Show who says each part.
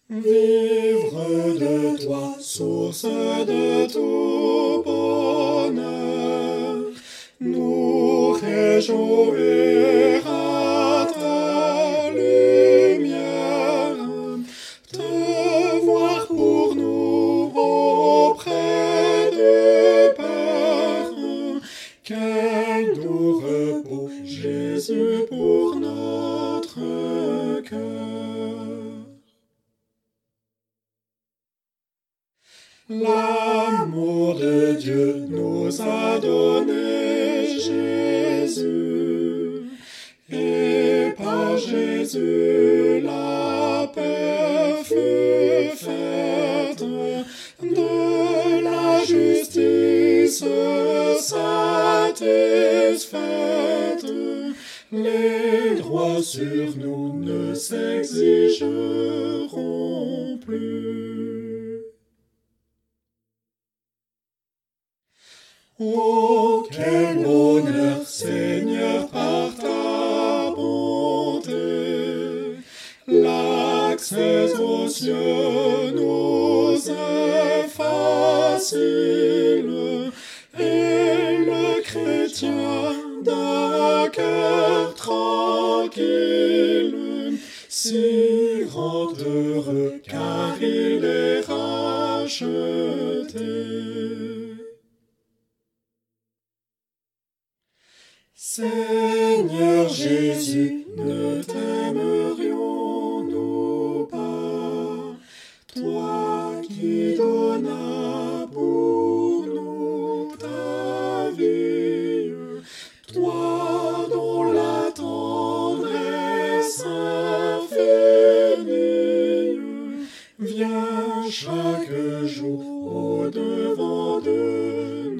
Speaker 1: Vivre de toi, source de tout bonheur, nous réjouir à ta lumière, te voir pour nous auprès du Père. Quel doux repos, Jésus, pour notre cœur. L'amour de Dieu nous a donné Jésus, et par Jésus la paix fut faite, de la justice satisfaite, les droits sur nous ne s'exigeront plus. Oh, quel bonheur, Seigneur, par ta bonté, l'accès aux cieux nous est facile, et le chrétien d'un cœur tranquille s'y rend heureux car il est racheté. Seigneur Jésus, ne t'aimerions-nous pas, toi qui donnas pour nous ta vie, toi dont la tendresse infinie vient chaque jour au-devant de nous.